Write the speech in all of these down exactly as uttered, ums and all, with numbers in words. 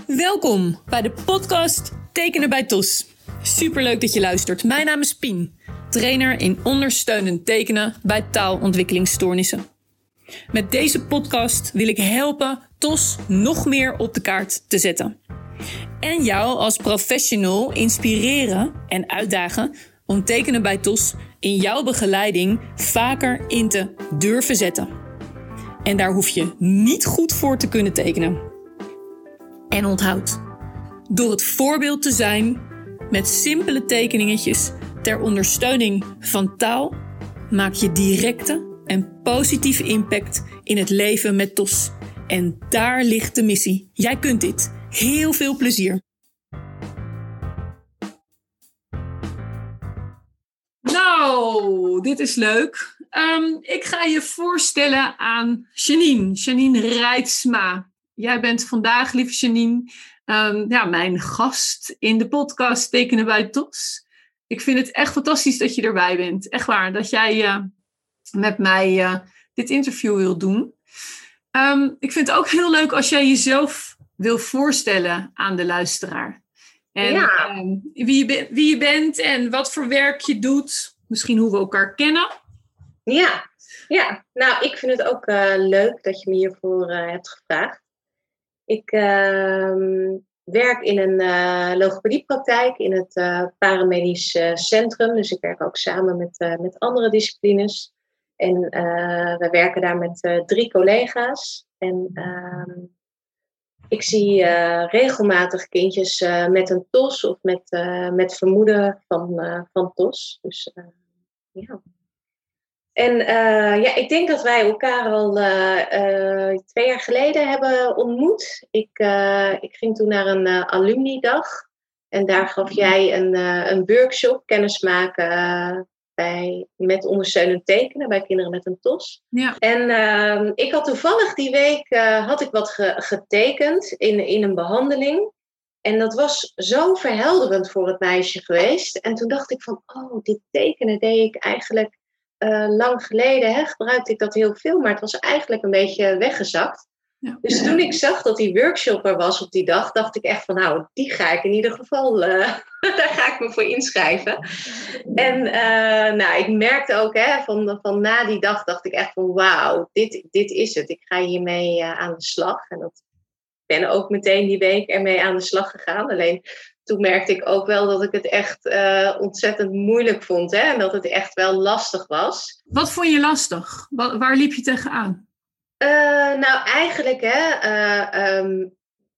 Welkom bij de podcast Tekenen bij T O S. Superleuk dat je luistert. Mijn naam is Pien, trainer in ondersteunend tekenen bij taalontwikkelingsstoornissen. Met deze podcast wil ik helpen T O S nog meer op de kaart te zetten. En jou als professional inspireren en uitdagen om tekenen bij T O S in jouw begeleiding vaker in te durven zetten. En daar hoef je niet goed voor te kunnen tekenen. En onthoud, door het voorbeeld te zijn met simpele tekeningetjes ter ondersteuning van taal, maak je directe en positieve impact in het leven met T O S. En daar ligt de missie. Jij kunt dit. Heel veel plezier. Nou, dit is leuk. Um, ik ga je voorstellen aan Janine. Janine Reitsma. Jij bent vandaag, lieve Janine, um, ja, mijn gast in de podcast Tekenen bij T O S. Ik vind het echt fantastisch dat je erbij bent. Echt waar, dat jij uh, met mij uh, dit interview wilt doen. Um, ik vind het ook heel leuk als jij jezelf wil voorstellen aan de luisteraar. En ja. um, wie, je be- wie je bent en wat voor werk je doet. Misschien hoe we elkaar kennen. Ja, ja. Nou, ik vind het ook uh, leuk dat je me hiervoor uh, hebt gevraagd. Ik uh, werk in een uh, logopediepraktijk in het uh, paramedisch uh, centrum. Dus ik werk ook samen met, uh, met andere disciplines. En uh, we werken daar met uh, drie collega's. En uh, ik zie uh, regelmatig kindjes uh, met een T O S of met, uh, met vermoeden van, uh, van T O S. Dus uh, ja... En uh, ja, ik denk dat wij elkaar al uh, uh, twee jaar geleden hebben ontmoet. Ik, uh, ik ging toen naar een uh, alumni-dag. En daar gaf jij een, uh, een workshop kennismaken uh, bij, met ondersteunend tekenen bij kinderen met een T O S. Ja. En uh, ik had toevallig die week uh, had ik wat ge- getekend in, in een behandeling. En dat was zo verhelderend voor het meisje geweest. En toen dacht ik van, oh, dit tekenen deed ik eigenlijk... Uh, lang geleden hè, gebruikte ik dat heel veel, maar het was eigenlijk een beetje weggezakt. Ja. Dus toen ik zag dat die workshop er was op die dag, dacht ik echt van nou, die ga ik in ieder geval, uh, daar ga ik me voor inschrijven. En uh, nou, ik merkte ook hè, van, van na die dag dacht ik echt van wauw, dit, dit is het. Ik ga hiermee uh, aan de slag. En dat ik ben ook meteen die week ermee aan de slag gegaan. Alleen toen merkte ik ook wel dat ik het echt uh, ontzettend moeilijk vond. Hè? En dat het echt wel lastig was. Wat vond je lastig? Waar, waar liep je tegenaan? Uh, nou, eigenlijk hè, uh, um,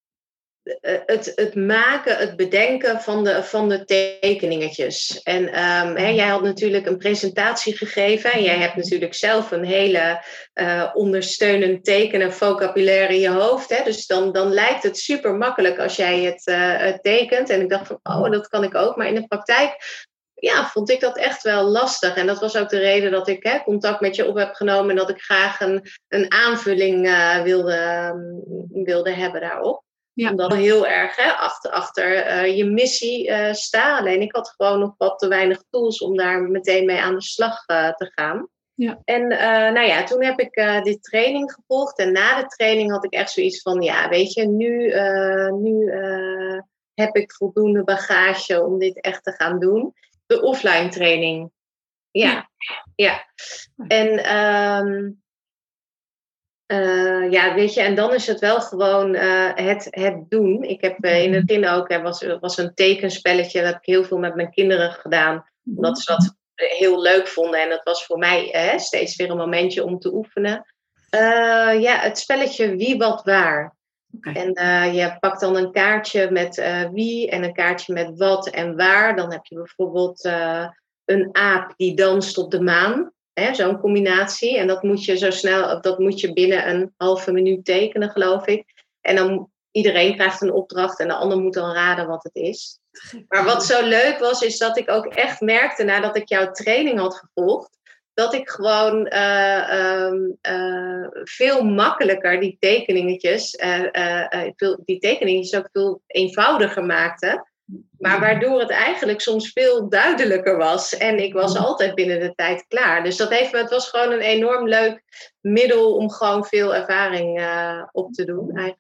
het, het maken, het bedenken van de, van de tekeningetjes. En um, hè, jij had natuurlijk een presentatie gegeven. En jij hebt natuurlijk zelf een hele uh, ondersteunend tekenen vocabulaire in je hoofd. Hè? Dus dan, dan lijkt het super makkelijk als jij het uh, tekent. En ik dacht van, oh, dat kan ik ook. Maar in de praktijk... ja, vond ik dat echt wel lastig. En dat was ook de reden dat ik hè, contact met je op heb genomen. En dat ik graag een, een aanvulling uh, wilde, um, wilde hebben daarop. Ja. Omdat ik heel erg hè, achter, achter uh, je missie uh, sta. Alleen ik had gewoon nog wat te weinig tools om daar meteen mee aan de slag uh, te gaan. Ja. En uh, nou ja, toen heb ik uh, die training gevolgd. En na de training had ik echt zoiets van, ja, weet je, nu, uh, nu uh, heb ik voldoende bagage om dit echt te gaan doen. De offline training. Ja, ja. En um, uh, ja, weet je, en dan is het wel gewoon uh, het, het doen. Ik heb uh, in het begin ook, er was, was een tekenspelletje, dat heb ik heel veel met mijn kinderen gedaan. Omdat ze dat heel leuk vonden. En dat was voor mij uh, steeds weer een momentje om te oefenen. Uh, ja, het spelletje Wie, Wat, Waar. Okay. En uh, je pakt dan een kaartje met uh, wie en een kaartje met wat en waar. Dan heb je bijvoorbeeld uh, een aap die danst op de maan. Hè, zo'n combinatie. En dat moet je zo snel, dat moet je binnen een halve minuut tekenen, geloof ik. En dan iedereen krijgt een opdracht en de ander moet dan raden wat het is. Maar wat zo leuk was, is dat ik ook echt merkte nadat ik jouw training had gevolgd, dat ik gewoon uh, um, uh, veel makkelijker die tekeningetjes, uh, uh, uh, veel, die tekeningetjes ook veel eenvoudiger maakte. Maar waardoor het eigenlijk soms veel duidelijker was. En ik was altijd binnen de tijd klaar. Dus dat heeft me, het was gewoon een enorm leuk middel om gewoon veel ervaring uh, op te doen eigenlijk.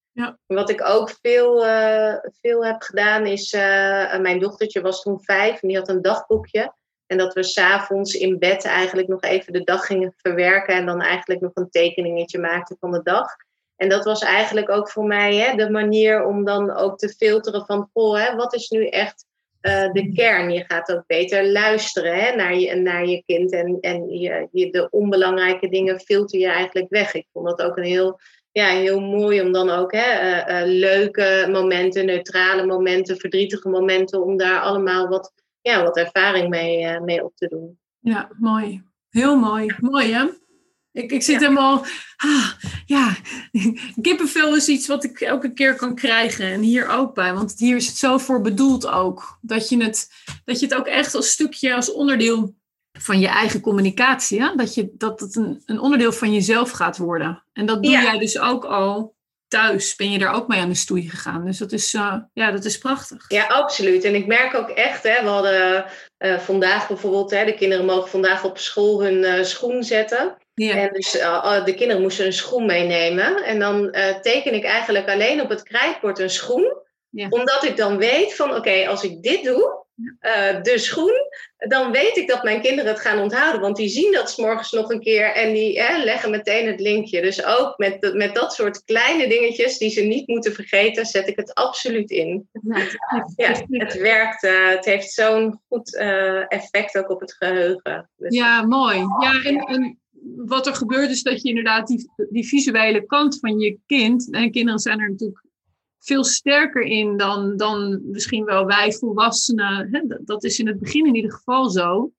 Ja. Wat ik ook veel, uh, veel heb gedaan is, uh, mijn dochtertje was toen vijf en die had een dagboekje. En dat we 's avonds in bed eigenlijk nog even de dag gingen verwerken en dan eigenlijk nog een tekeningetje maakten van de dag. En dat was eigenlijk ook voor mij hè, de manier om dan ook te filteren van, goh, hè, wat is nu echt uh, de kern? Je gaat ook beter luisteren hè, naar, je, naar je kind en, en je, je, de onbelangrijke dingen filter je eigenlijk weg. Ik vond dat ook een heel, ja, heel mooi om dan ook hè, uh, uh, leuke momenten, neutrale momenten, verdrietige momenten, om daar allemaal wat, ja, wat ervaring mee, uh, mee op te doen. Ja, mooi. Heel mooi. Mooi hè? Ik, ik zit ja. helemaal... Ah, ja, kippenvel is iets wat ik elke keer kan krijgen. En hier ook bij. Want hier is het zo voor bedoeld ook. Dat je het, dat je het ook echt als stukje, als onderdeel van je eigen communicatie... Hè? Dat, je, dat het een, een onderdeel van jezelf gaat worden. En dat doe ja. jij dus ook al thuis. Ben je daar ook mee aan de stoei gegaan. Dus dat is, uh, ja, dat is prachtig. Ja, absoluut. En ik merk ook echt... Hè, we hadden uh, vandaag bijvoorbeeld... Hè, de kinderen mogen vandaag op school hun uh, schoen zetten... Ja. En dus uh, de kinderen moesten een schoen meenemen. En dan uh, teken ik eigenlijk alleen op het krijtbord een schoen. Ja. Omdat ik dan weet van oké, okay, als ik dit doe, uh, de schoen, dan weet ik dat mijn kinderen het gaan onthouden. Want die zien dat 's morgens nog een keer en die eh, leggen meteen het linkje. Dus ook met, met dat soort kleine dingetjes die ze niet moeten vergeten, zet ik het absoluut in. Ja, ja, het werkt. Uh, het heeft zo'n goed uh, effect ook op het geheugen. Dus, ja, mooi. Ja, en, en wat er gebeurt is dat je inderdaad die, die visuele kant van je kind... En kinderen zijn er natuurlijk veel sterker in dan, dan misschien wel wij volwassenen. Hè? Dat is in het begin in ieder geval zo.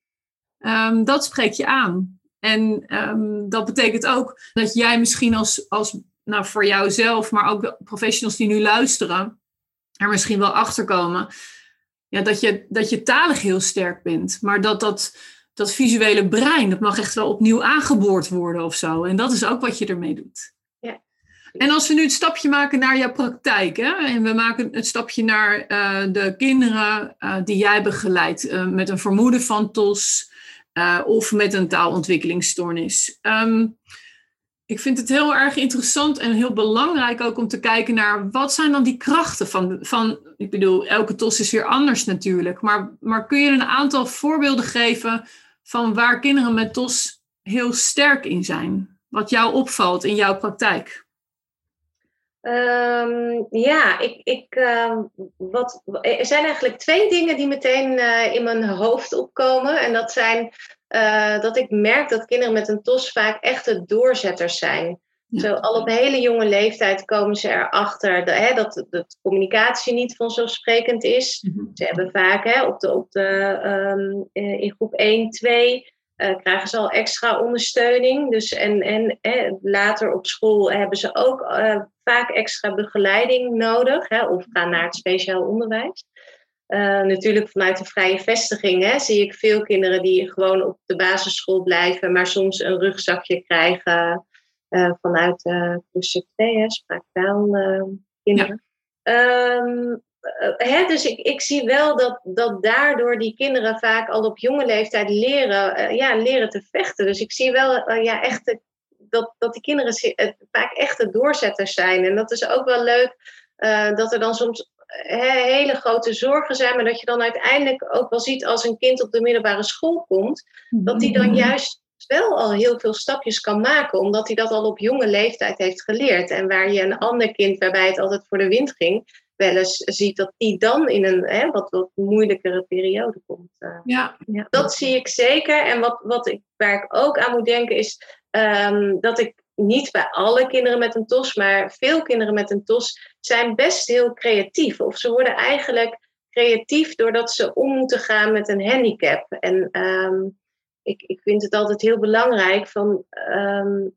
Um, dat spreekt je aan. En um, dat betekent ook dat jij misschien als, als nou voor jouzelf... maar ook de professionals die nu luisteren... er misschien wel achter komen... Ja, dat, je, dat je talig heel sterk bent. Maar dat dat... Dat visuele brein, dat mag echt wel opnieuw aangeboord worden of zo. En dat is ook wat je ermee doet. Ja. En als we nu het stapje maken naar jouw praktijk. Hè, en we maken het stapje naar uh, de kinderen uh, die jij begeleidt. Uh, met een vermoeden van T O S. Uh, of met een taalontwikkelingsstoornis. Um, ik vind het heel erg interessant en heel belangrijk ook om te kijken naar... wat zijn dan die krachten van... van ik bedoel, elke T O S is weer anders natuurlijk. Maar, maar kun je een aantal voorbeelden geven... van waar kinderen met T O S heel sterk in zijn? Wat jou opvalt in jouw praktijk? Um, ja, ik, ik, uh, wat, er zijn eigenlijk twee dingen die meteen uh, in mijn hoofd opkomen. En dat zijn uh, dat ik merk dat kinderen met een T O S vaak echte doorzetters zijn. Ja. Zo, al op hele jonge leeftijd komen ze erachter dat, hè, dat, dat communicatie niet vanzelfsprekend is. Mm-hmm. Ze hebben vaak hè, op de, op de, um, in groep één, twee... Uh, krijgen ze al extra ondersteuning. Dus en, en eh, later op school hebben ze ook uh, vaak extra begeleiding nodig. Hè, of gaan naar het speciaal onderwijs. Uh, natuurlijk vanuit de vrije vestiging hè, zie ik veel kinderen die gewoon op de basisschool blijven. Maar soms een rugzakje krijgen uh, vanuit uh, cluster twee, spraaktaal uh, kinderen. Ja. Um, Uh, hè, dus ik, ik zie wel dat, dat daardoor die kinderen vaak al op jonge leeftijd leren, uh, ja, leren te vechten. Dus ik zie wel uh, ja, echt dat, dat die kinderen uh, vaak echte doorzetters zijn. En dat is ook wel leuk uh, dat er dan soms uh, hele grote zorgen zijn, maar dat je dan uiteindelijk ook wel ziet als een kind op de middelbare school komt, dat die dan juist wel al heel veel stapjes kan maken, omdat hij dat al op jonge leeftijd heeft geleerd. En waar je een ander kind, waarbij het altijd voor de wind ging, wel eens ziet dat die dan in een hè, wat, wat moeilijkere periode komt. Uh, ja. Ja, dat zie ik zeker. En wat, wat ik, waar ik ook aan moet denken is um, dat ik niet bij alle kinderen met een T O S, maar veel kinderen met een T O S zijn best heel creatief. Of ze worden eigenlijk creatief doordat ze om moeten gaan met een handicap. En um, ik, ik vind het altijd heel belangrijk van... Um,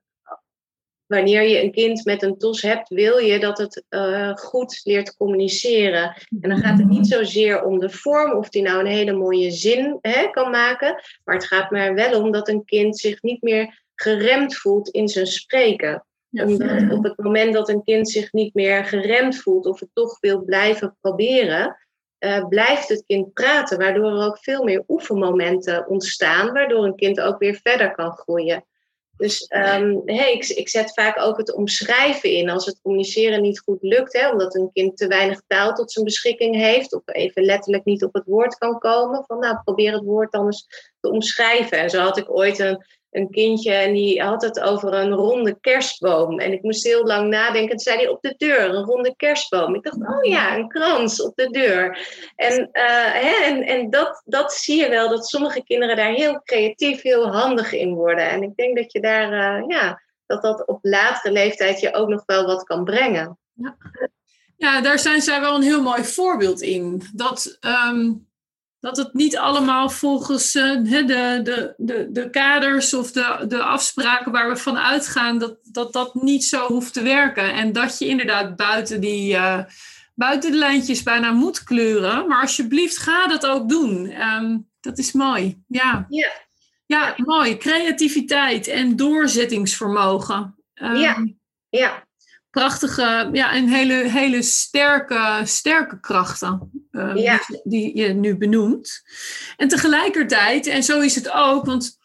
wanneer je een kind met een T O S hebt, wil je dat het uh, goed leert communiceren. En dan gaat het niet zozeer om de vorm, of die nou een hele mooie zin hè, kan maken. Maar het gaat maar wel om dat een kind zich niet meer geremd voelt in zijn spreken. Ja. Omdat op het moment dat een kind zich niet meer geremd voelt, of het toch wil blijven proberen, uh, blijft het kind praten. Waardoor er ook veel meer oefenmomenten ontstaan, waardoor een kind ook weer verder kan groeien. Dus um, hey, ik, ik zet vaak ook het omschrijven in als het communiceren niet goed lukt. Hè, omdat een kind te weinig taal tot zijn beschikking heeft. Of even letterlijk niet op het woord kan komen. Van nou, probeer het woord dan eens te omschrijven. En zo had ik ooit een, een kindje en die had het over een ronde kerstboom. En ik moest heel lang nadenken. En toen zei hij op de deur, een ronde kerstboom. Ik dacht, oh ja, een krans op de deur. En, uh, hè, en, en dat, dat zie je wel, dat sommige kinderen daar heel creatief, heel handig in worden. En ik denk dat je daar, uh, ja, dat dat op latere leeftijd je ook nog wel wat kan brengen. Ja, ja, daar zijn zij wel een heel mooi voorbeeld in. Dat... Um... Dat het niet allemaal volgens uh, de, de, de, de kaders of de, de afspraken waar we van uitgaan, dat, dat dat niet zo hoeft te werken. En dat je inderdaad buiten, die, uh, buiten de lijntjes bijna moet kleuren. Maar alsjeblieft, ga dat ook doen. Um, dat is mooi. Ja. Ja. Ja, mooi. Creativiteit en doorzettingsvermogen. Um, ja. Ja. Prachtige, ja, en hele, hele sterke, sterke krachten uh, ja. die, die je nu benoemt. En tegelijkertijd, en zo is het ook, want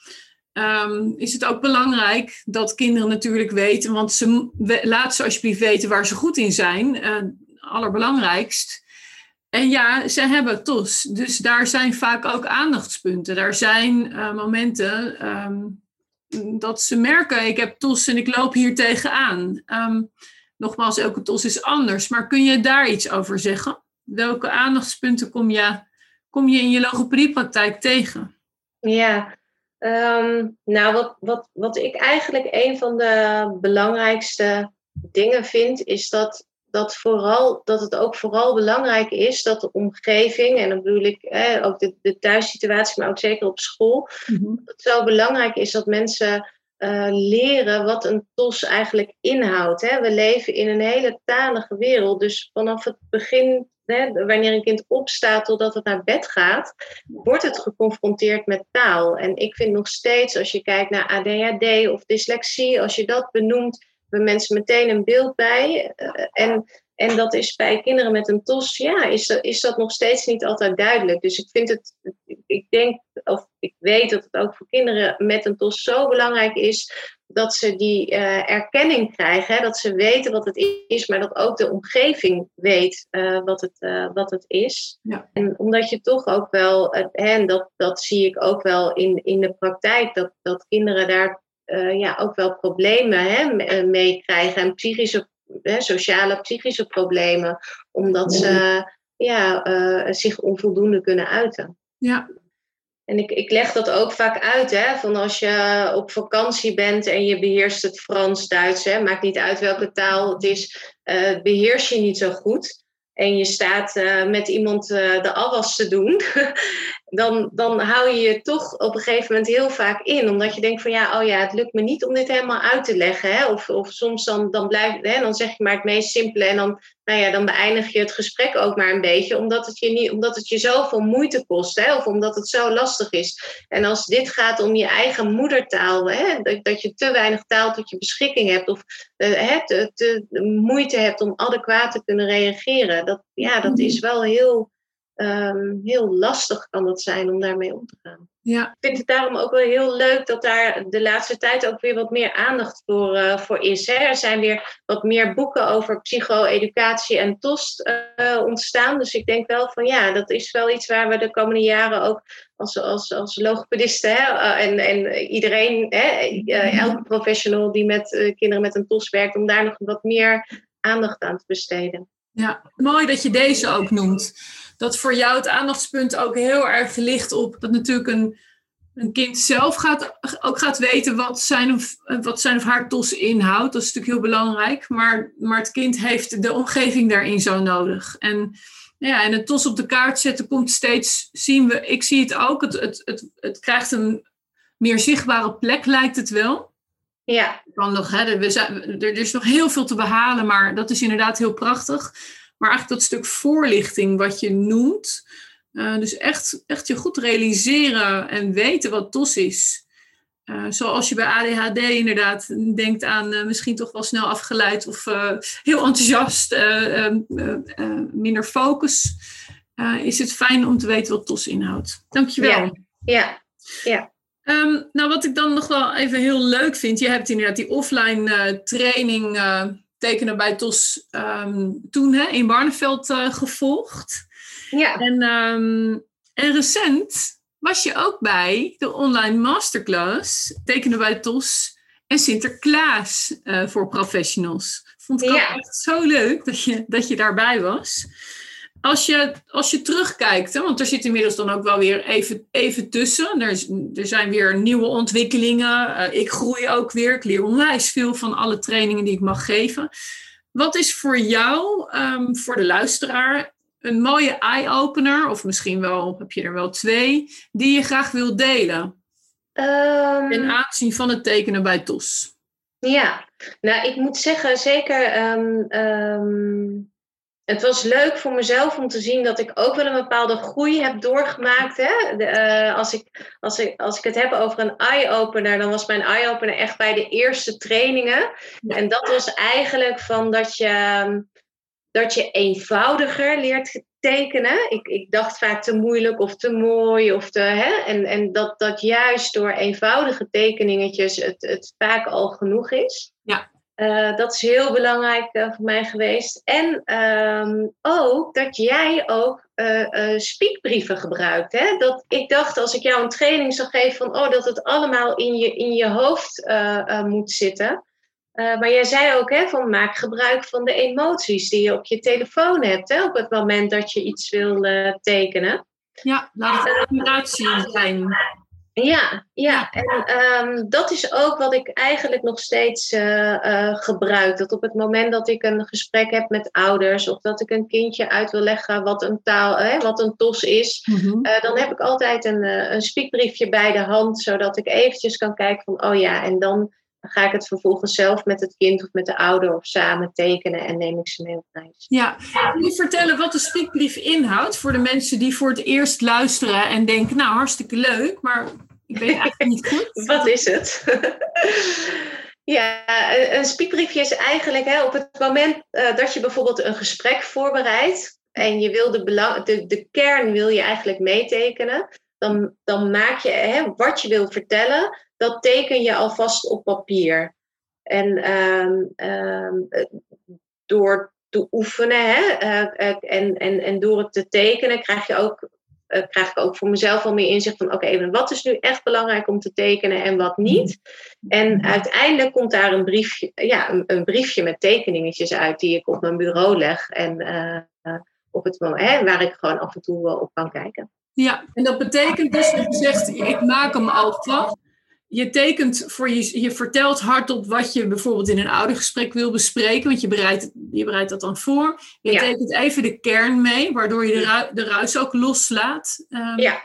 um, is het ook belangrijk dat kinderen natuurlijk weten, want ze, laat ze alsjeblieft weten waar ze goed in zijn, uh, allerbelangrijkst. En ja, ze hebben T O S, dus daar zijn vaak ook aandachtspunten. Daar zijn uh, momenten um, dat ze merken, ik heb T O S en ik loop hier tegenaan. Um, Nogmaals, elke T O S is anders. Maar kun je daar iets over zeggen? Welke aandachtspunten kom je, kom je in je logopediepraktijk tegen? Ja, um, nou wat, wat, wat ik eigenlijk een van de belangrijkste dingen vind, is dat, dat, vooral, dat het ook vooral belangrijk is dat de omgeving, en dan bedoel ik eh, ook de, de thuissituatie, maar ook zeker op school, mm-hmm. dat het zo belangrijk is dat mensen Uh, leren wat een T O S eigenlijk inhoudt. Hè. We leven in een hele talige wereld. Dus vanaf het begin, hè, wanneer een kind opstaat totdat het naar bed gaat, wordt het geconfronteerd met taal. En ik vind nog steeds, als je kijkt naar A D H D of dyslexie, als je dat benoemt, hebben mensen meteen een beeld bij. Uh, en, en dat is bij kinderen met een T O S, ja, is dat, is dat nog steeds niet altijd duidelijk. Dus ik vind het, ik denk, of ik weet dat het ook voor kinderen met een T O S zo belangrijk is dat ze die uh, erkenning krijgen. Hè, dat ze weten wat het is, maar dat ook de omgeving weet uh, wat, het, uh, wat het is. Ja. En omdat je toch ook wel, uh, en dat, dat zie ik ook wel in, in de praktijk, dat, dat kinderen daar uh, ja, ook wel problemen hè, mee krijgen en psychische Hè, sociale, psychische problemen, omdat ze ja, uh, zich onvoldoende kunnen uiten. Ja. En ik, ik leg dat ook vaak uit, hè, van als je op vakantie bent en je beheerst het Frans, Duits, hè, maakt niet uit welke taal het is, uh, beheers je niet zo goed. En je staat uh, met iemand uh, de afwas te doen, dan, dan hou je je toch op een gegeven moment heel vaak in. Omdat je denkt van ja, oh ja, het lukt me niet om dit helemaal uit te leggen. Hè? Of, of soms dan, dan, blijf, hè, dan zeg je maar het meest simpele en dan, nou ja, dan beëindig je het gesprek ook maar een beetje. Omdat het je, niet, omdat het je zoveel moeite kost, hè? Of omdat het zo lastig is. En als dit gaat om je eigen moedertaal, hè? Dat, dat je te weinig taal tot je beschikking hebt. Of uh, hè, te, te moeite hebt om adequaat te kunnen reageren. Dat, ja, dat is wel heel... Um, heel lastig kan dat zijn om daarmee om te gaan. Ja. Ik vind het daarom ook wel heel leuk dat daar de laatste tijd ook weer wat meer aandacht voor, uh, voor is. Hè. Er zijn weer wat meer boeken over psycho-educatie en T O S uh, ontstaan. Dus ik denk wel van ja, dat is wel iets waar we de komende jaren ook als, als, als logopedisten hè, uh, en, en iedereen, hè, uh, elke professional die met uh, kinderen met een T O S werkt, om daar nog wat meer aandacht aan te besteden. Ja, mooi dat je deze ook noemt. Dat voor jou het aandachtspunt ook heel erg ligt op dat natuurlijk een, een kind zelf gaat, ook gaat weten wat zijn, of, wat zijn of haar T O S inhoudt. Dat is natuurlijk heel belangrijk. Maar, maar het kind heeft de omgeving daarin zo nodig. En, ja, en het T O S op de kaart zetten komt steeds, zien we, ik zie het ook, het, het, het, het krijgt een meer zichtbare plek, lijkt het wel. Ja. Kan nog, hè, er, er is nog heel veel te behalen, maar dat is inderdaad heel prachtig. Maar eigenlijk dat stuk voorlichting wat je noemt. Uh, dus echt, echt je goed realiseren en weten wat T O S is. Uh, zoals je bij A D H D inderdaad denkt aan uh, misschien toch wel snel afgeleid of uh, heel enthousiast, uh, uh, uh, uh, minder focus. Uh, is het fijn om te weten wat T O S inhoudt. Dankjewel. Ja, ja. ja. Um, nou, wat ik dan nog wel even heel leuk vind. Je hebt inderdaad die offline uh, training uh, tekenen bij T O S um, toen hè, in Barneveld uh, gevolgd. Ja. En, um, en recent was je ook bij de online masterclass tekenen bij T O S en Sinterklaas uh, voor professionals. Vond ik ja. ook echt zo leuk dat je, dat je daarbij was. Als je, als je terugkijkt, hè, want er zit inmiddels dan ook wel weer even, even tussen. Er, is, er zijn weer nieuwe ontwikkelingen. Uh, ik groei ook weer. Ik leer onwijs veel van alle trainingen die ik mag geven. Wat is voor jou, um, voor de luisteraar, een mooie eye-opener? Of misschien wel, heb je er wel twee, die je graag wil delen? Um, ten aanzien van het tekenen bij T O S. Ja, nou ik moet zeggen, zeker... Um, um... Het was leuk voor mezelf om te zien dat ik ook wel een bepaalde groei heb doorgemaakt. Hè? De, uh, als, ik, als, ik, als ik het heb over een eye-opener, dan was mijn eye-opener echt bij de eerste trainingen. En dat was eigenlijk van dat je, dat je eenvoudiger leert tekenen. Ik, ik dacht vaak te moeilijk of te mooi. Of te, hè? En, en dat, dat juist door eenvoudige tekeningetjes het, het vaak al genoeg is. Ja. Uh, dat is heel belangrijk uh, voor mij geweest. En um, ook dat jij ook uh, uh, speakbrieven gebruikt. Hè? Dat, ik dacht als ik jou een training zou geven van oh, dat het allemaal in je, in je hoofd uh, uh, moet zitten. Uh, maar jij zei ook hè, van maak gebruik van de emoties die je op je telefoon hebt. Hè? Op het moment dat je iets wil uh, tekenen. Ja, laat het inspiratie zijn. Ja, ja. En um, dat is ook wat ik eigenlijk nog steeds uh, uh, gebruik. Dat op het moment dat ik een gesprek heb met ouders of dat ik een kindje uit wil leggen wat een taal, hè, wat een T O S is, mm-hmm. uh, dan heb ik altijd een, uh, een speakbriefje bij de hand, zodat ik eventjes kan kijken van, oh ja, en dan ga ik het vervolgens zelf met het kind of met de ouder of samen tekenen en neem ik ze mee op reis. Ja, kun je vertellen wat de speakbrief inhoudt voor de mensen die voor het eerst luisteren en denken, nou hartstikke leuk, maar ik weet eigenlijk niet goed. Wat is het? Ja, een speakbriefje is eigenlijk hè, op het moment uh, dat je bijvoorbeeld een gesprek voorbereidt en je wil de, belang, de, de kern wil je eigenlijk meetekenen, dan, dan maak je hè, wat je wil vertellen, dat teken je alvast op papier. En um, um, door te oefenen hè, uh, uh, en, en, en door het te tekenen krijg je ook Uh, krijg ik ook voor mezelf al meer inzicht van oké, okay, wat is nu echt belangrijk om te tekenen en wat niet. En uiteindelijk komt daar een briefje, ja, een, een briefje met tekeningetjes uit die ik op mijn bureau leg en uh, uh, op het moment, hè, waar ik gewoon af en toe uh, op kan kijken. Ja, en dat betekent dus dat je zegt, ik maak hem alvast. Je tekent voor je, je vertelt hardop wat je bijvoorbeeld in een oudergesprek wil bespreken, want je bereidt, je bereidt dat dan voor. Je ja. tekent even de kern mee, waardoor je de, ru- de ruis ook loslaat. Um, ja.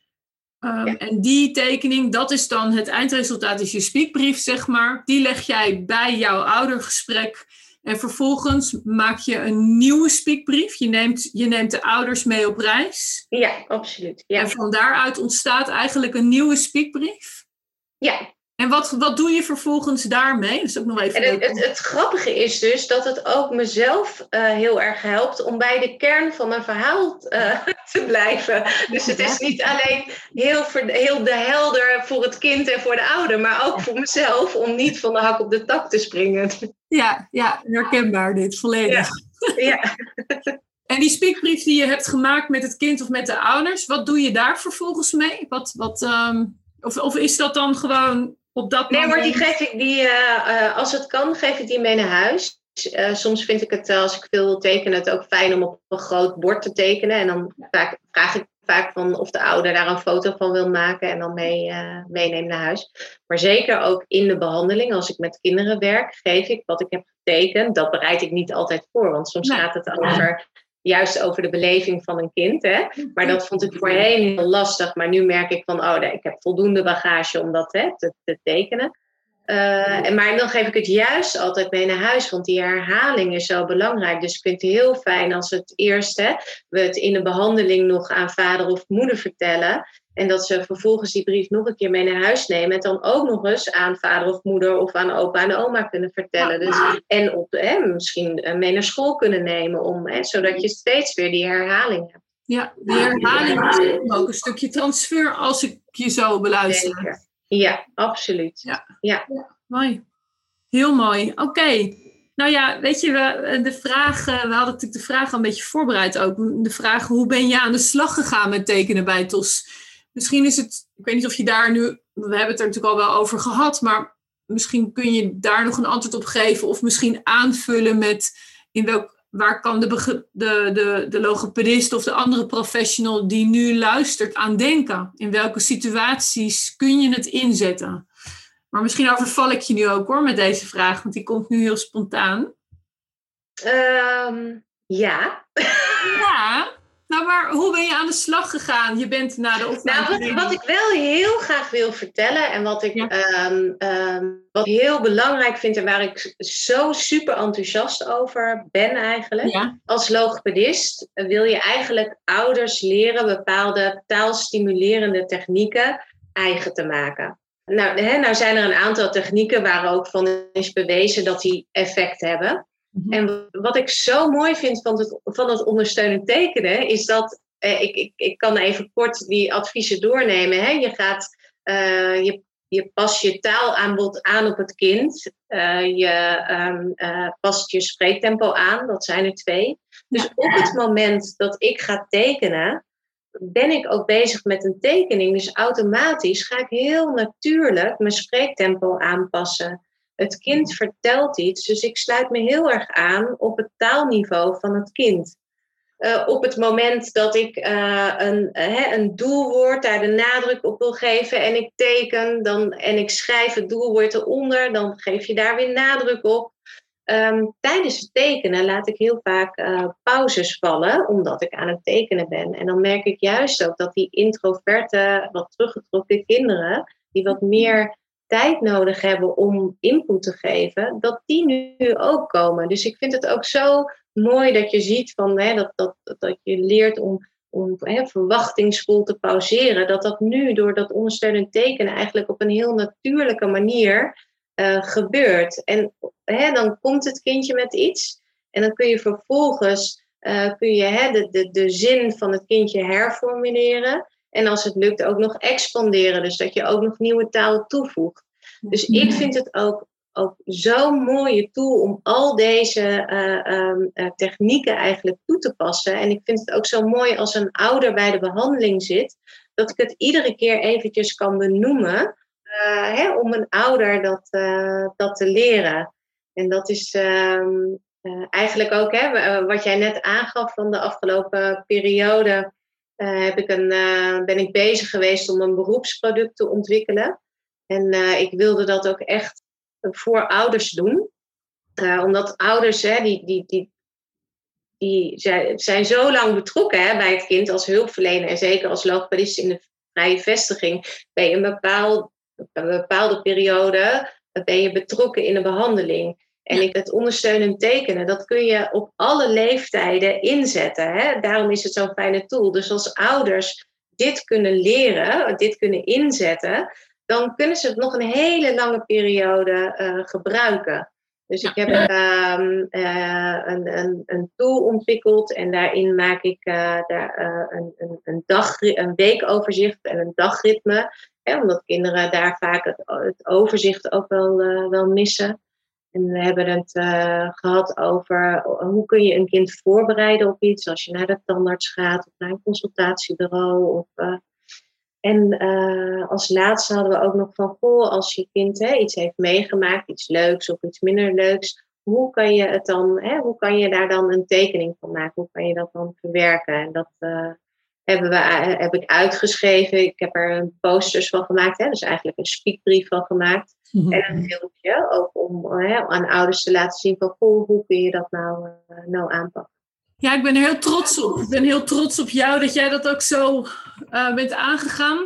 Um, ja. En die tekening, dat is dan het eindresultaat, is je speakbrief, zeg maar. Die leg jij bij jouw oudergesprek. En vervolgens maak je een nieuwe speakbrief. Je neemt, je neemt de ouders mee op reis. Ja, absoluut. Ja. En van daaruit ontstaat eigenlijk een nieuwe speakbrief. Ja. En wat, wat doe je vervolgens daarmee? Dat is ook nog even en het, het, het grappige is dus dat het ook mezelf uh, heel erg helpt om bij de kern van mijn verhaal uh, te blijven. Dus het is niet alleen heel, ver, heel de helder voor het kind en voor de ouder, maar ook voor mezelf om niet van de hak op de tak te springen. Ja, ja, herkenbaar dit, volledig. Ja. ja. En die speakbrief die je hebt gemaakt met het kind of met de ouders, wat doe je daar vervolgens mee? Wat, wat, um, of, of is dat dan gewoon op dat nee, moment? Nee, maar die geef ik die, uh, uh, als het kan, geef ik die mee naar huis. Uh, soms vind ik het, uh, als ik veel wil tekenen, het ook fijn om op een groot bord te tekenen. En dan vaak, vraag ik vaak van of de ouder daar een foto van wil maken en dan mee, uh, meeneem naar huis. Maar zeker ook in de behandeling, als ik met kinderen werk, geef ik wat ik heb getekend. Dat bereid ik niet altijd voor, want soms nee. gaat het over... Juist over de beleving van een kind. Hè? Maar dat vond ik voorheen heel lastig. Maar nu merk ik van, oh, ik heb voldoende bagage om dat hè, te, te tekenen. Uh, en, maar dan geef ik het juist altijd mee naar huis. Want die herhaling is zo belangrijk. Dus ik vind het heel fijn als het eerst hè, we het in de behandeling nog aan vader of moeder vertellen. En dat ze vervolgens die brief nog een keer mee naar huis nemen. En dan ook nog eens aan vader of moeder of aan opa en oma kunnen vertellen. Dus, en op, hè, misschien mee naar school kunnen nemen. Om, hè, zodat je steeds weer die herhaling hebt. Ja, die herhaling is ook een stukje transfer als ik je zo beluister. Zeker. Ja, absoluut. Ja, ja. ja mooi. Heel mooi. Oké. Okay. Nou ja, weet je, we, de vraag, we hadden natuurlijk de vraag al een beetje voorbereid ook. De vraag, hoe ben je aan de slag gegaan met tekenen bij T O S? Misschien is het, ik weet niet of je daar nu, we hebben het er natuurlijk al wel over gehad, maar misschien kun je daar nog een antwoord op geven of misschien aanvullen met in welk, waar kan de, de, de, de logopedist of de andere professional die nu luistert aan denken? In welke situaties kun je het inzetten? Maar misschien overval ik je nu ook hoor met deze vraag, want die komt nu heel spontaan. Um, ja. Ja, nou maar hoe ben je aan de slag gegaan? Je bent na de opleiding... Nou, wat, wat ik wel heel graag wil vertellen en wat ik ja. um, um, wat heel belangrijk vind en waar ik zo super enthousiast over ben eigenlijk. Ja. Als logopedist wil je eigenlijk ouders leren bepaalde taalstimulerende technieken eigen te maken. Nou, hè, nou zijn er een aantal technieken waar ook van is bewezen dat die effect hebben. Mm-hmm. En wat ik zo mooi vind van het, van het ondersteunend tekenen is dat, eh, ik, ik, ik kan even kort die adviezen doornemen. Hè. Je, gaat, uh, je, je past je taalaanbod aan op het kind. Uh, je um, uh, past je spreektempo aan, dat zijn er twee. Dus ja. Op het moment dat ik ga tekenen, ben ik ook bezig met een tekening. Dus automatisch ga ik heel natuurlijk mijn spreektempo aanpassen. Het kind vertelt iets, dus ik sluit me heel erg aan op het taalniveau van het kind. Uh, op het moment dat ik uh, een, uh, een doelwoord daar de nadruk op wil geven en ik teken dan, en ik schrijf het doelwoord eronder, dan geef je daar weer nadruk op. Um, tijdens het tekenen laat ik heel vaak uh, pauzes vallen, omdat ik aan het tekenen ben. En dan merk ik juist ook dat die introverte, wat teruggetrokken kinderen, die wat meer tijd nodig hebben om input te geven, dat die nu ook komen. Dus ik vind het ook zo mooi dat je ziet van, hè, dat, dat, dat je leert om, om hè, verwachtingsvol te pauzeren, dat dat nu door dat ondersteunend tekenen eigenlijk op een heel natuurlijke manier Uh, gebeurt. En hè, dan komt het kindje met iets en dan kun je vervolgens uh, kun je, hè, de, de, de zin van het kindje herformuleren en als het lukt ook nog expanderen, dus dat je ook nog nieuwe taal toevoegt. Dus ik vind het ook, ook zo'n mooie tool om al deze uh, um, uh, technieken eigenlijk toe te passen. En ik vind het ook zo mooi als een ouder bij de behandeling zit, dat ik het iedere keer eventjes kan benoemen. Uh, hè, om een ouder dat, uh, dat te leren. En dat is uh, uh, eigenlijk ook hè, wat jij net aangaf van de afgelopen periode. Uh, heb ik een, uh, ben ik bezig geweest om een beroepsproduct te ontwikkelen. En uh, ik wilde dat ook echt voor ouders doen. Uh, omdat ouders, hè, die, die, die, die zijn zo lang betrokken hè, bij het kind als hulpverlener. En zeker als logopedist in de vrije vestiging. Bij een bepaald een bepaalde periode ben je betrokken in de behandeling. En ik, het ondersteunend tekenen, dat kun je op alle leeftijden inzetten. Hè? Daarom is het zo'n fijne tool. Dus als ouders dit kunnen leren, dit kunnen inzetten, dan kunnen ze het nog een hele lange periode uh, gebruiken. Dus ik heb uh, uh, een, een, een tool ontwikkeld en daarin maak ik uh, daar, uh, een, een, een, dag, een weekoverzicht en een dagritme. Hè, omdat kinderen daar vaak het, het overzicht ook wel, uh, wel missen. En we hebben het uh, gehad over hoe kun je een kind voorbereiden op iets. Als je naar de tandarts gaat of naar een consultatiebureau. Of, uh, en uh, als laatste hadden we ook nog van, goh, als je kind hè, iets heeft meegemaakt, iets leuks of iets minder leuks. Hoe kan je het dan, hè, hoe kan je daar dan een tekening van maken? Hoe kan je dat dan verwerken? En dat uh, hebben we, uh, heb ik uitgeschreven. Ik heb er een posters van gemaakt. Hè, dus eigenlijk een speakbrief van gemaakt. Mm-hmm. En een filmpje ook om hè, aan ouders te laten zien van, goh, hoe kun je dat nou, uh, nou aanpakken? Ja, ik ben er heel trots op. Ik ben heel trots op jou dat jij dat ook zo uh, bent aangegaan.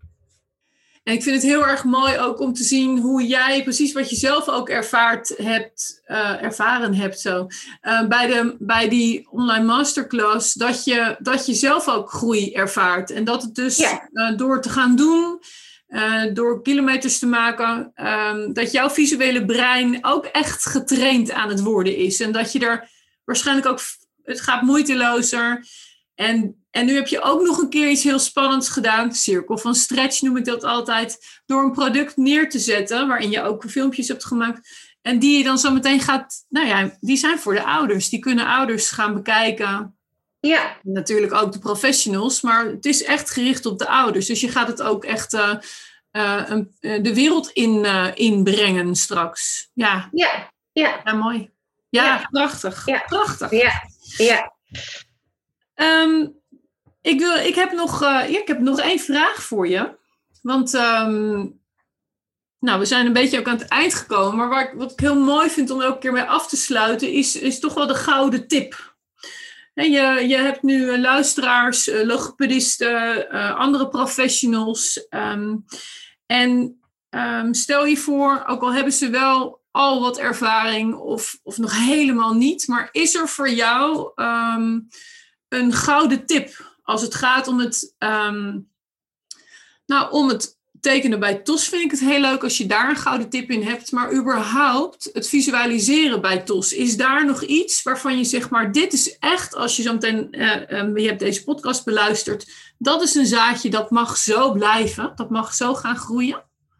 En ik vind het heel erg mooi ook om te zien hoe jij precies wat je zelf ook ervaard hebt, uh, ervaren hebt zo. Uh, bij, de, bij die online masterclass, dat je, dat je zelf ook groei ervaart. En dat het dus ja. uh, door te gaan doen, uh, door kilometers te maken, um, dat jouw visuele brein ook echt getraind aan het worden is. En dat je er waarschijnlijk ook, het gaat moeitelozer. En, en nu heb je ook nog een keer iets heel spannends gedaan. Cirkel van stretch noem ik dat altijd. Door een product neer te zetten, waarin je ook filmpjes hebt gemaakt. En die je dan zo meteen gaat, nou ja, die zijn voor de ouders. Die kunnen ouders gaan bekijken. Ja. Natuurlijk ook de professionals, maar het is echt gericht op de ouders. Dus je gaat het ook echt uh, uh, een, uh, de wereld in, uh, inbrengen straks. Ja, ja, ja. ja mooi. Ja, ja. prachtig. Ja. Prachtig. Ja, ja. Um, ik, wil, ik, heb nog, uh, ja, ik heb nog één vraag voor je. Want um, nou, we zijn een beetje ook aan het eind gekomen. Maar waar ik, wat ik heel mooi vind om elke keer mee af te sluiten, is, is toch wel de gouden tip. En je, je hebt nu luisteraars, logopedisten, uh, andere professionals. Um, en um, stel je voor, ook al hebben ze wel al wat ervaring of, of nog helemaal niet. Maar is er voor jou um, een gouden tip als het gaat om het, um, nou, om het tekenen bij T O S? Vind ik het heel leuk als je daar een gouden tip in hebt. Maar überhaupt het visualiseren bij T O S. Is daar nog iets waarvan je zegt, maar dit is echt, als je zo meteen, uh, um, je hebt deze podcast beluisterd, dat is een zaadje dat mag zo blijven. Dat mag zo gaan groeien.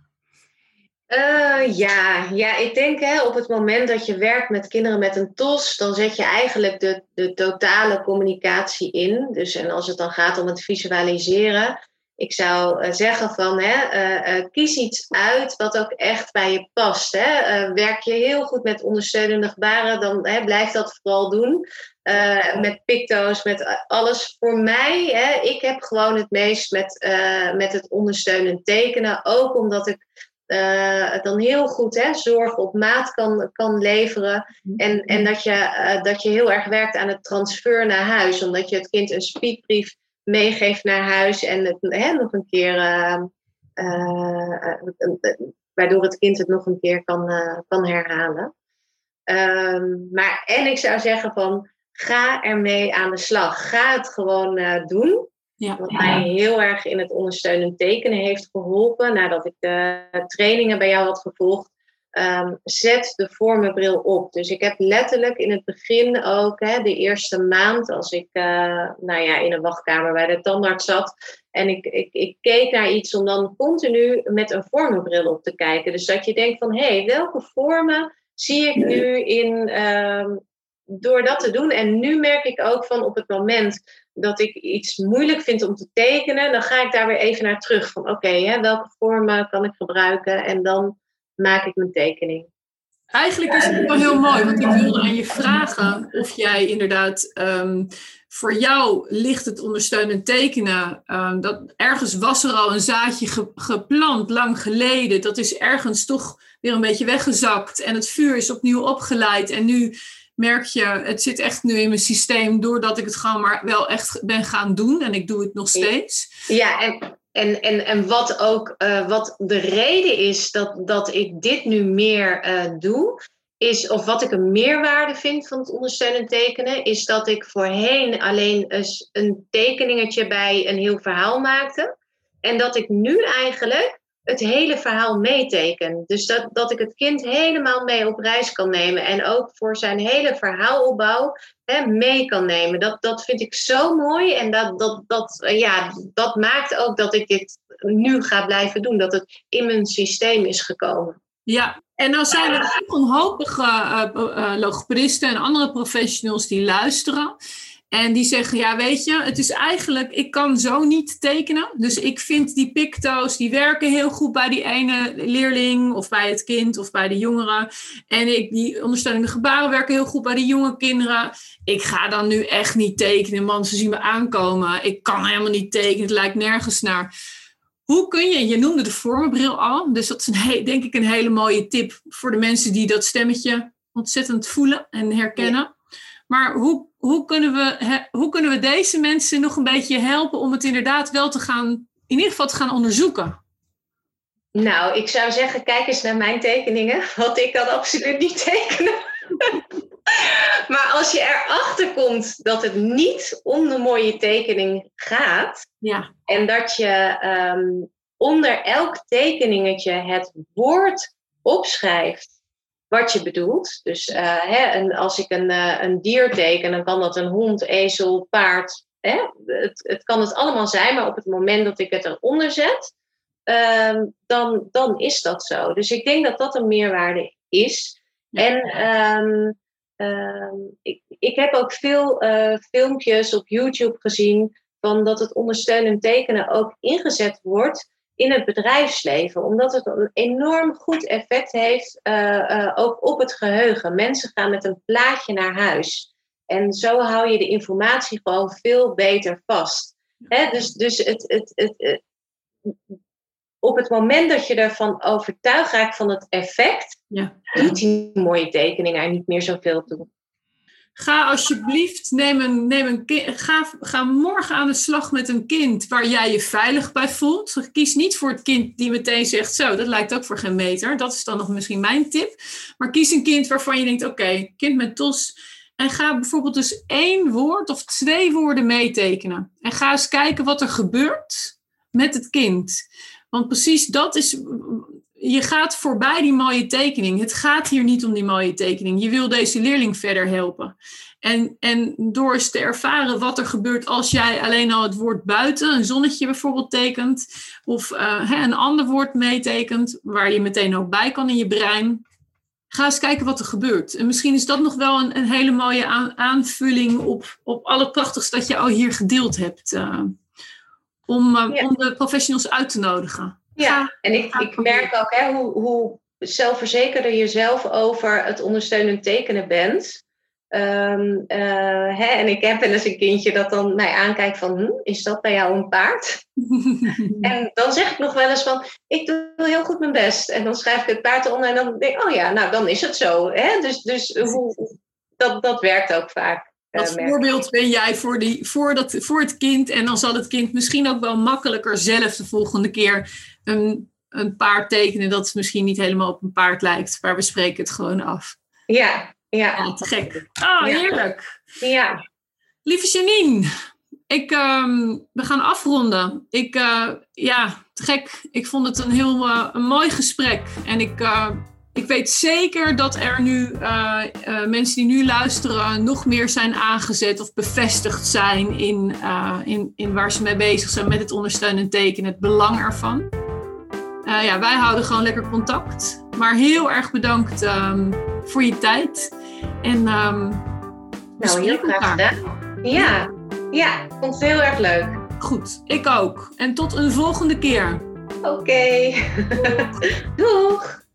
Uh, ja, ja, ik denk hè, op het moment dat je werkt met kinderen met een T O S, dan zet je eigenlijk de, de totale communicatie in. Dus en als het dan gaat om het visualiseren, ik zou uh, zeggen van hè, uh, uh, kies iets uit wat ook echt bij je past. Hè. Uh, werk je heel goed met ondersteunende gebaren, dan hè, blijf dat vooral doen. Uh, met picto's, met alles. Voor mij, hè, ik heb gewoon het meest met, uh, met het ondersteunend tekenen. Ook omdat ik Uh, dan heel goed hè, zorg op maat kan, kan leveren. En, en dat, je, uh, dat je heel erg werkt aan het transfer naar huis. Omdat je het kind een speakbrief meegeeft naar huis. En het hè, nog een keer... Uh, uh, uh, waardoor het kind het nog een keer kan, uh, kan herhalen. Um, maar, en ik zou zeggen van... Ga ermee aan de slag. Ga het gewoon uh, doen. Ja. Wat mij heel erg in het ondersteunend tekenen heeft geholpen. Nadat ik de trainingen bij jou had gevolgd. Um, zet de vormenbril op. Dus ik heb letterlijk in het begin ook. Hè, de eerste maand. Als ik uh, nou ja, in een wachtkamer bij de tandarts zat. En ik, ik, ik keek naar iets om dan continu met een vormenbril op te kijken. Dus dat je denkt van. Hé, hey, welke vormen zie ik nu in... Um, door dat te doen. En nu merk ik ook van op het moment dat ik iets moeilijk vind om te tekenen, dan ga ik daar weer even naar terug. Van oké, okay, welke vormen kan ik gebruiken? En dan maak ik mijn tekening. Eigenlijk is het wel heel mooi, want ik wilde aan je vragen of jij inderdaad... Um, voor jou ligt het ondersteunend tekenen. Um, dat, ergens was er al een zaadje ge, geplant, lang geleden. Dat is ergens toch weer een beetje weggezakt. En het vuur is opnieuw opgeleid. En nu merk je, het zit echt nu in mijn systeem, doordat ik het gewoon maar wel echt ben gaan doen. En ik doe het nog steeds. Ja, en, en, en, en wat ook uh, wat de reden is dat, dat ik dit nu meer uh, doe, is, of wat ik een meerwaarde vind van het ondersteunend tekenen, is dat ik voorheen alleen eens een tekeningetje bij een heel verhaal maakte. En dat ik nu eigenlijk het hele verhaal meeteken. Dus dat, dat ik het kind helemaal mee op reis kan nemen. En ook voor zijn hele verhaalopbouw hè, mee kan nemen. Dat, dat vind ik zo mooi. En dat, dat, dat, ja, dat maakt ook dat ik dit nu ga blijven doen. Dat het in mijn systeem is gekomen. Ja, en dan zijn er ook onhopige uh, uh, logopedisten en andere professionals die luisteren. En die zeggen, ja weet je, het is eigenlijk, ik kan zo niet tekenen. Dus ik vind die picto's, die werken heel goed bij die ene leerling of bij het kind of bij de jongeren. En ik, die ondersteunende gebaren werken heel goed bij de jonge kinderen. Ik ga dan nu echt niet tekenen, man, ze zien me aankomen. Ik kan helemaal niet tekenen, het lijkt nergens naar. Hoe kun je, je noemde de vormenbril al, dus dat is een, denk ik een hele mooie tip voor de mensen die dat stemmetje ontzettend voelen en herkennen. Ja. Maar hoe, hoe, kunnen we, he, hoe kunnen we deze mensen nog een beetje helpen om het inderdaad wel te gaan, in ieder geval te gaan onderzoeken? Nou, ik zou zeggen, kijk eens naar mijn tekeningen, want ik kan absoluut niet tekenen. Maar als je erachter komt dat het niet om de mooie tekening gaat, ja. En dat je um, onder elk tekeningetje het woord opschrijft wat je bedoelt. Dus uh, hè, en als ik een, uh, een dier teken, dan kan dat een hond, ezel, paard, hè, het, het kan het allemaal zijn, maar op het moment dat ik het eronder zet, um, dan, dan is dat zo. Dus ik denk dat dat een meerwaarde is. Ja. En um, um, ik, ik heb ook veel uh, filmpjes op YouTube gezien van dat het ondersteunend tekenen ook ingezet wordt in het bedrijfsleven, omdat het een enorm goed effect heeft, uh, uh, ook op het geheugen. Mensen gaan met een plaatje naar huis. En zo hou je de informatie gewoon veel beter vast. Hè? Dus dus het, het, het, het, op het moment dat je ervan overtuigd raakt van het effect, ja. doet die mooie tekening er niet meer zoveel toe. Ga alsjeblieft, neem een, neem een kind, ga, ga morgen aan de slag met een kind waar jij je veilig bij voelt. Kies niet voor het kind die meteen zegt, zo, dat lijkt ook voor geen meter. Dat is dan nog misschien mijn tip. Maar kies een kind waarvan je denkt, oké, okay, kind met T O S. En ga bijvoorbeeld dus één woord of twee woorden meetekenen. En ga eens kijken wat er gebeurt met het kind. Want precies dat is... Je gaat voorbij die mooie tekening. Het gaat hier niet om die mooie tekening. Je wil deze leerling verder helpen. En, en door eens te ervaren wat er gebeurt als jij alleen al het woord buiten, een zonnetje bijvoorbeeld tekent, of uh, hè, een ander woord meetekent, waar je meteen ook bij kan in je brein. Ga eens kijken wat er gebeurt. En misschien is dat nog wel een, een hele mooie aan, aanvulling op, op al het prachtigs dat je al hier gedeeld hebt. Uh, om, uh, ja. om de professionals uit te nodigen. Ja, en ik, ik merk ook hè, hoe, hoe zelfverzekerder je zelf over het ondersteunend tekenen bent. Um, uh, hè, en ik heb wel eens een kindje dat dan mij aankijkt van, hm, is dat bij jou een paard? En dan zeg ik nog wel eens van, ik doe heel goed mijn best. En dan schrijf ik het paard eronder en dan denk ik, oh ja, nou dan is het zo. Hè? Dus, dus hoe, dat, dat werkt ook vaak. Als voorbeeld ben jij voor, die, voor, dat, voor het kind. En dan zal het kind misschien ook wel makkelijker zelf de volgende keer een, een paard tekenen. Dat misschien niet helemaal op een paard lijkt. Maar we spreken het gewoon af. Ja, ja. ja te gek. Ah, ja. Heerlijk. Ja. Lieve Janine, ik, um, we gaan afronden. Ik, uh, ja, te gek. Ik vond het een heel uh, een mooi gesprek. En ik... Uh, Ik weet zeker dat er nu uh, uh, mensen die nu luisteren nog meer zijn aangezet of bevestigd zijn in, uh, in, in waar ze mee bezig zijn met het ondersteunend tekenen, het belang ervan. Uh, ja, wij houden gewoon lekker contact. Maar heel erg bedankt um, voor je tijd. En um, nou, heel graag gedaan. Ja, ja, ik vond het heel erg leuk. Goed, ik ook. En tot een volgende keer. Oké. Okay. Doeg.